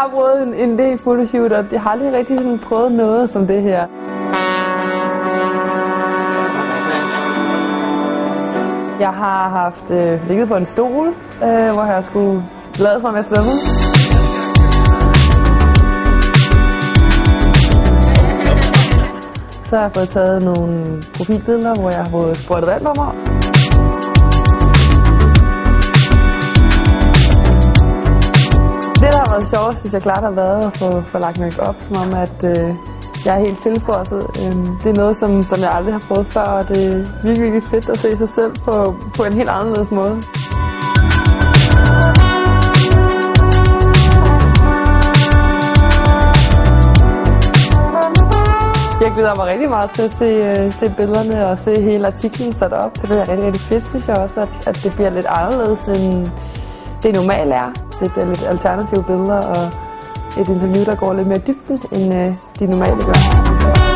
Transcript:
har prøvet en del fotoshoot, og jeg har aldrig rigtig sådan prøvet noget som det her. Jeg har haft ligget på en stol, hvor jeg skulle lade mig med at svømme. Så har jeg fået taget nogle profilbilleder, hvor jeg har fået sprøjtet vand på mig. Det, der har været sjovt, synes jeg klart har været at få lagt make-up, som om at jeg er helt tilfrosset. Det er noget, som jeg aldrig har prøvet før, og det er virkelig, virkelig fedt at se sig selv på en helt anderledes måde. Jeg glæder mig rigtig meget til at se billederne og se hele artiklen sat op. Det bliver rigtig, rigtig fedt, synes jeg også, at det bliver lidt anderledes end det normalt er. Det bliver lidt alternative billeder og et interview, der går lidt mere dybden, end de normale gør.